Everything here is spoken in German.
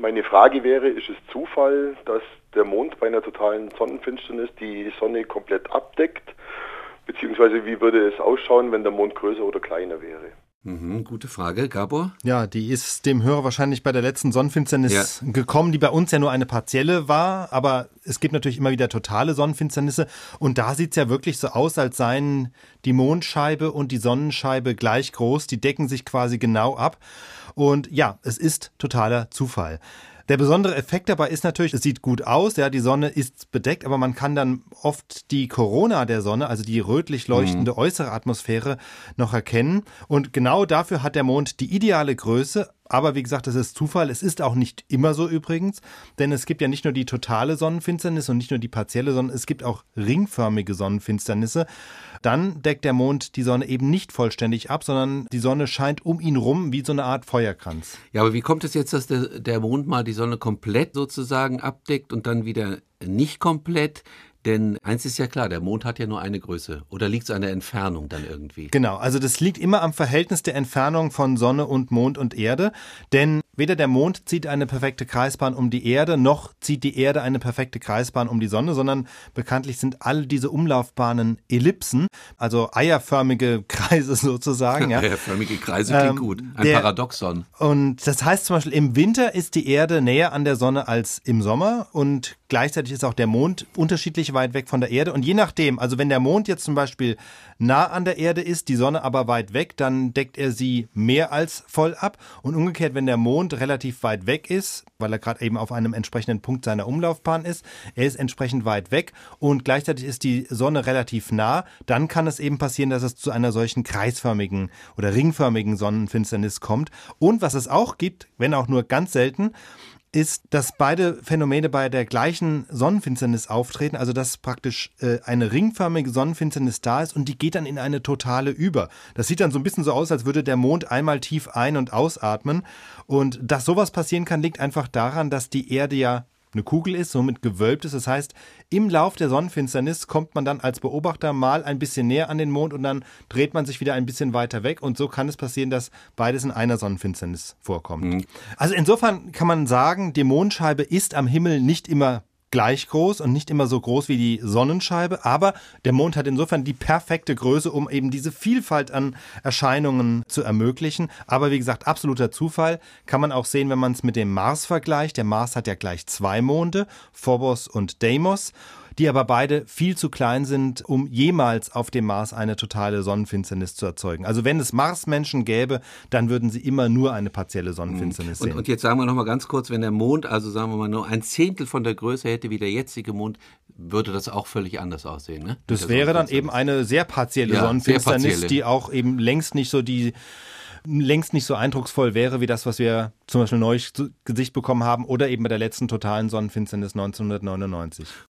Meine Frage wäre, ist es Zufall, dass der Mond bei einer totalen Sonnenfinsternis die Sonne komplett abdeckt? Beziehungsweise wie würde es ausschauen, wenn der Mond größer oder kleiner wäre? Gute Frage. Gabor? Ja, die ist dem Hörer wahrscheinlich bei der letzten Sonnenfinsternis gekommen, die bei uns ja nur eine partielle war. Aber es gibt natürlich immer wieder totale Sonnenfinsternisse. Und da sieht es ja wirklich so aus, als seien die Mondscheibe und die Sonnenscheibe gleich groß. Die decken sich quasi genau ab. Und ja, es ist totaler Zufall. Der besondere Effekt dabei ist natürlich, es sieht gut aus, ja, die Sonne ist bedeckt, aber man kann dann oft die Corona der Sonne, also die rötlich leuchtende äußere Atmosphäre, noch erkennen. Und genau dafür hat der Mond die ideale Größe. Aber wie gesagt, das ist Zufall. Es ist auch nicht immer so übrigens, denn es gibt ja nicht nur die totale Sonnenfinsternis und nicht nur die partielle, sondern es gibt auch ringförmige Sonnenfinsternisse. Dann deckt der Mond die Sonne eben nicht vollständig ab, sondern die Sonne scheint um ihn rum wie so eine Art Feuerkranz. Ja, aber wie kommt es jetzt, dass der Mond mal die Sonne komplett sozusagen abdeckt und dann wieder nicht komplett? Denn eins ist ja klar, der Mond hat ja nur eine Größe. Oder liegt es an der Entfernung dann irgendwie? Genau, also das liegt immer am Verhältnis der Entfernung von Sonne und Mond und Erde. Denn weder der Mond zieht eine perfekte Kreisbahn um die Erde, noch zieht die Erde eine perfekte Kreisbahn um die Sonne, sondern bekanntlich sind all diese Umlaufbahnen Ellipsen, also eierförmige Kreise sozusagen. Ja. Eierförmige Kreise klingt gut. Ein Paradoxon. Und das heißt zum Beispiel, im Winter ist die Erde näher an der Sonne als im Sommer und gleichzeitig ist auch der Mond unterschiedlich weit weg von der Erde. Und je nachdem, also wenn der Mond jetzt zum Beispiel nah an der Erde ist, die Sonne aber weit weg, dann deckt er sie mehr als voll ab. Und umgekehrt, wenn der Mond relativ weit weg ist, weil er gerade eben auf einem entsprechenden Punkt seiner Umlaufbahn ist, er ist entsprechend weit weg und gleichzeitig ist die Sonne relativ nah, dann kann es eben passieren, dass es zu einer solchen kreisförmigen oder ringförmigen Sonnenfinsternis kommt. Und was es auch gibt, wenn auch nur ganz selten, ist, dass beide Phänomene bei der gleichen Sonnenfinsternis auftreten, also dass praktisch eine ringförmige Sonnenfinsternis da ist und die geht dann in eine totale über. Das sieht dann so ein bisschen so aus, als würde der Mond einmal tief ein- und ausatmen. Und dass sowas passieren kann, liegt einfach daran, dass die Erde ja eine Kugel ist, somit gewölbt ist. Das heißt, im Lauf der Sonnenfinsternis kommt man dann als Beobachter mal ein bisschen näher an den Mond und dann dreht man sich wieder ein bisschen weiter weg. Und so kann es passieren, dass beides in einer Sonnenfinsternis vorkommt. Also insofern kann man sagen, die Mondscheibe ist am Himmel nicht immer gleich groß und nicht immer so groß wie die Sonnenscheibe, aber der Mond hat insofern die perfekte Größe, um eben diese Vielfalt an Erscheinungen zu ermöglichen. Aber wie gesagt, absoluter Zufall kann man auch sehen, wenn man es mit dem Mars vergleicht. Der Mars hat ja gleich 2 Monde, Phobos und Deimos, die aber beide viel zu klein sind, um jemals auf dem Mars eine totale Sonnenfinsternis zu erzeugen. Also wenn es Marsmenschen gäbe, dann würden sie immer nur eine partielle Sonnenfinsternis sehen. Und jetzt sagen wir noch mal ganz kurz, wenn der Mond, also sagen wir mal nur ein Zehntel von der Größe hätte wie der jetzige Mond, würde das auch völlig anders aussehen, ne? Das wäre dann eben eine sehr partielle Sonnenfinsternis, sehr partielle, die auch eben längst nicht so eindrucksvoll wäre, wie das, was wir zum Beispiel neulich zu Gesicht bekommen haben oder eben bei der letzten totalen Sonnenfinsternis 1999.